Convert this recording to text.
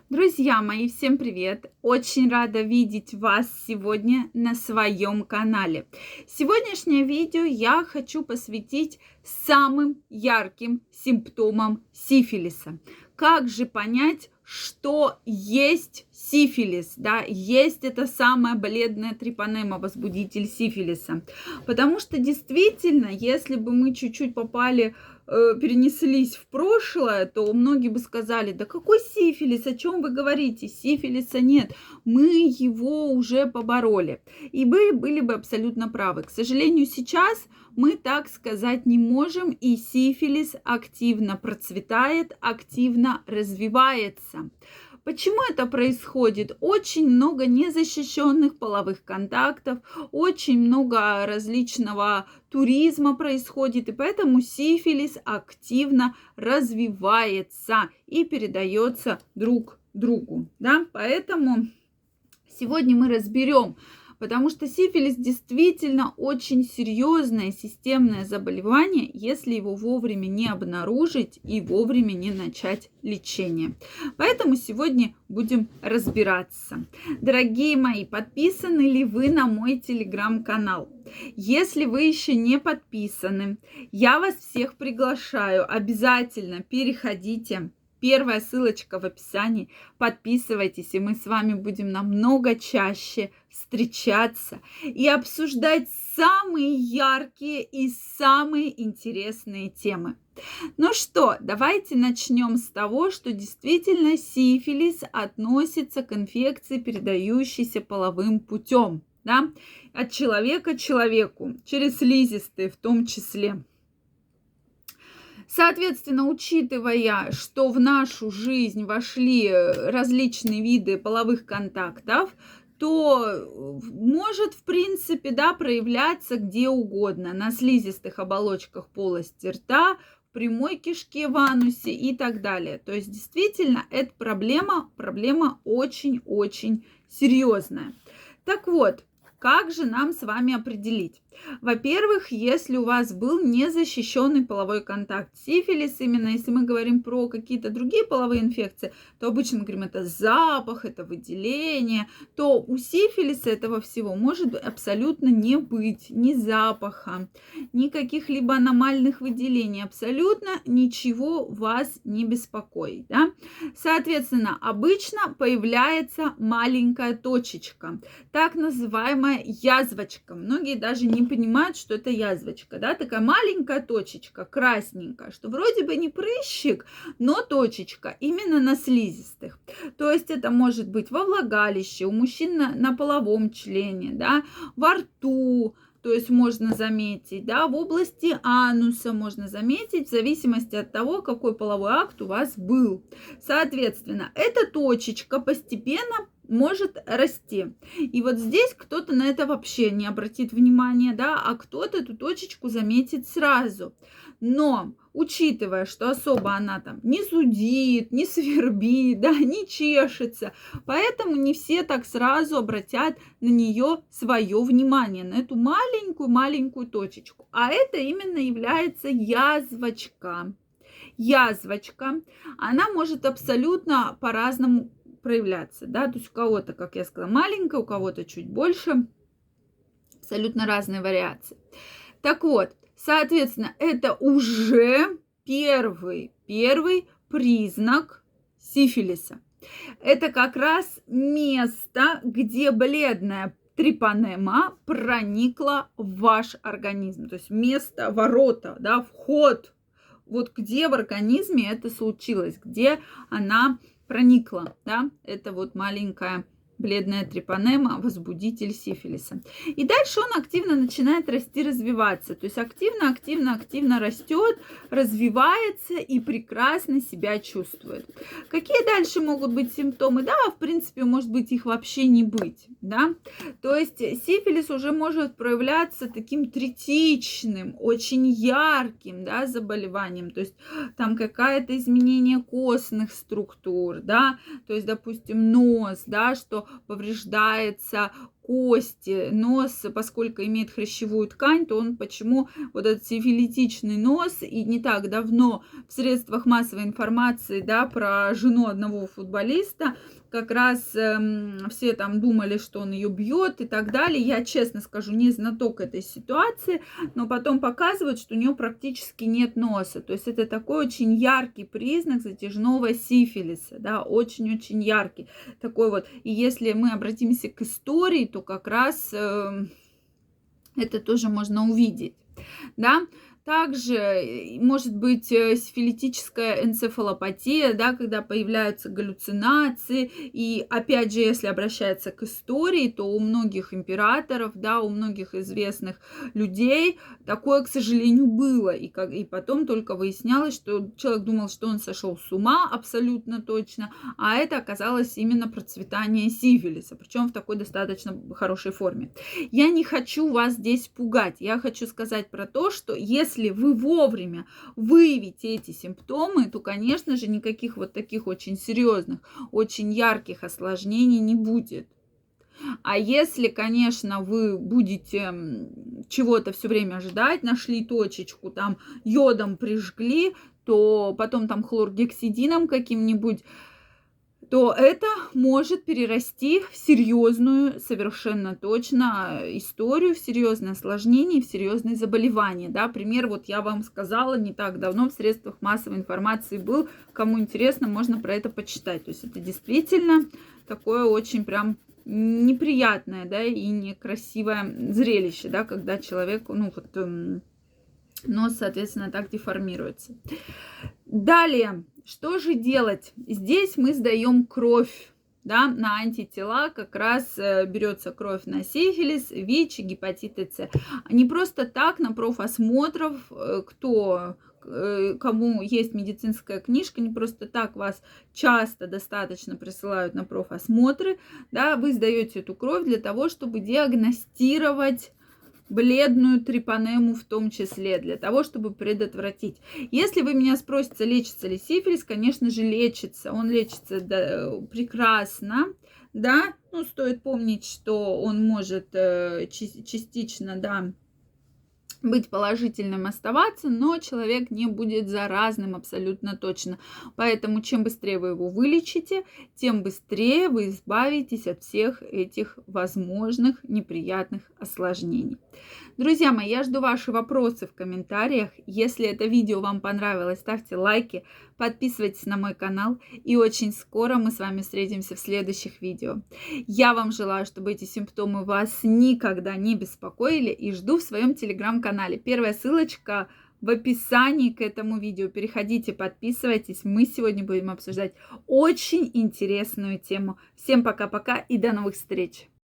Друзья мои, всем привет! Очень рада видеть вас сегодня на своем канале. Сегодняшнее видео я хочу посвятить самым ярким симптомам сифилиса. Как же понять, что есть сифилис, да, есть это самая бледная трипанема, возбудитель сифилиса. Потому что действительно, если бы мы чуть-чуть перенеслись в прошлое, то многие бы сказали: да какой сифилис, о чем вы говорите, сифилиса нет, мы его уже побороли. И были бы абсолютно правы. К сожалению, сейчас мы так сказать не можем, и сифилис активно процветает, активно развивается. Почему это происходит? Очень много незащищенных половых контактов, очень много различного туризма происходит, и поэтому сифилис активно развивается и передается друг другу. Да? Поэтому сегодня мы разберем, потому что сифилис действительно очень серьезное системное заболевание, если его вовремя не обнаружить и вовремя не начать лечение. Поэтому сегодня будем разбираться. Дорогие мои, подписаны ли вы на мой телеграм-канал? Если вы еще не подписаны, я вас всех приглашаю. Обязательно переходите. Первая ссылочка в описании. Подписывайтесь, и мы с вами будем намного чаще встречаться и обсуждать самые яркие и самые интересные темы. Ну что, давайте начнем с того, что действительно сифилис относится к инфекции, передающейся половым путем, да, от человека к человеку, через слизистые в том числе. Соответственно, учитывая, что в нашу жизнь вошли различные виды половых контактов, то может, в принципе, да, проявляться где угодно. На слизистых оболочках полости рта, в прямой кишке, в анусе и так далее. То есть, действительно, эта проблема очень-очень серьезная. Так вот, как же нам с вами определить? Во-первых, если у вас был незащищенный половой контакт, сифилис, именно если мы говорим про какие-то другие половые инфекции, то обычно мы говорим, это запах, это выделение, то у сифилиса этого всего может абсолютно не быть ни запаха, ни каких-либо аномальных выделений, абсолютно ничего вас не беспокоит. Да? Соответственно, обычно появляется маленькая точечка, так называемая язвочка. Многие даже не понимают, что это язвочка, да, такая маленькая точечка, красненькая, что вроде бы не прыщик, но точечка именно на слизистых. То есть это может быть во влагалище, у мужчин на половом члене, да, во рту, то есть можно заметить, да, в области ануса можно заметить, в зависимости от того, какой половой акт у вас был. Соответственно, эта точечка постепенно может расти. И вот здесь кто-то на это вообще не обратит внимания, да, а кто-то эту точечку заметит сразу. Но, учитывая, что особо она там не зудит, не свербит, да, не чешется, поэтому не все так сразу обратят на нее свое внимание, на эту маленькую-маленькую точечку. А это именно является язвочка. Язвочка, она может абсолютно по-разному проявляться, да, то есть у кого-то, как я сказала, маленькая, у кого-то чуть больше, абсолютно разные вариации. Так вот, соответственно, это уже первый признак сифилиса. Это как раз место, где бледная трипанема проникла в ваш организм, то есть место, ворота, да, вход, вот где в организме это случилось, где она проникла, да, это вот маленькая бледная трипанема, возбудитель сифилиса. И дальше он активно начинает расти, развиваться. То есть активно растет, развивается и прекрасно себя чувствует. Какие дальше могут быть симптомы? Да, в принципе, может быть, их вообще не быть. Да? То есть сифилис уже может проявляться таким третичным, очень ярким, да, заболеванием. То есть там какое-то изменение костных структур, да, то есть, допустим, нос, да, что повреждается кости. Нос, поскольку имеет хрящевую ткань, то он почему вот этот сифилитичный нос, и не так давно в средствах массовой информации, да, про жену одного футболиста, как раз все там думали, что он ее бьет и так далее. Я, честно скажу, не знаток этой ситуации, но потом показывают, что у нее практически нет носа. То есть это такой очень яркий признак затяжного сифилиса, да, очень-очень яркий такой вот. И если мы обратимся к истории, то как раз это тоже можно увидеть, да. Также может быть сифилитическая энцефалопатия, да, когда появляются галлюцинации. И опять же, если обращаться к истории, то у многих императоров, да, у многих известных людей такое, к сожалению, было. И потом только выяснялось, что человек думал, что он сошел с ума абсолютно точно, а это оказалось именно процветание сифилиса, причем в такой достаточно хорошей форме. Я не хочу вас здесь пугать, я хочу сказать про то, что если вы вовремя выявите эти симптомы, то, конечно же, никаких вот таких очень серьезных, очень ярких осложнений не будет. А если, конечно, вы будете чего-то все время ждать, нашли точечку, там йодом прижгли, то потом там хлоргексидином каким-нибудь, то это может перерасти в серьезную, совершенно точно, историю, в серьезное осложнение, в серьезные заболевания. Да? Пример вот я вам сказала не так давно в средствах массовой информации был. Кому интересно, можно про это почитать. То есть это действительно такое очень прям неприятное, да, и некрасивое зрелище, да, когда человек, нос, соответственно, так деформируется. Далее, что же делать? Здесь мы сдаем кровь, да, на антитела, как раз берется кровь на сифилис, ВИЧ, гепатиты С. Не просто так на профосмотров, кому есть медицинская книжка, не просто так вас часто достаточно присылают на профосмотры, да, вы сдаете эту кровь для того, чтобы диагностировать бледную трипанему в том числе, для того, чтобы предотвратить. Если вы меня спросите, лечится ли сифилис, конечно же, лечится. Он лечится прекрасно, да. Ну, стоит помнить, что он может частично, да, быть положительным, оставаться, но человек не будет заразным абсолютно точно. Поэтому чем быстрее вы его вылечите, тем быстрее вы избавитесь от всех этих возможных неприятных осложнений. Друзья мои, я жду ваши вопросы в комментариях. Если это видео вам понравилось, ставьте лайки, подписывайтесь на мой канал. И очень скоро мы с вами встретимся в следующих видео. Я вам желаю, чтобы эти симптомы вас никогда не беспокоили. И жду в своем телеграм-канале. Первая ссылочка в описании к этому видео. Переходите, подписывайтесь. Мы сегодня будем обсуждать очень интересную тему. Всем пока-пока и до новых встреч!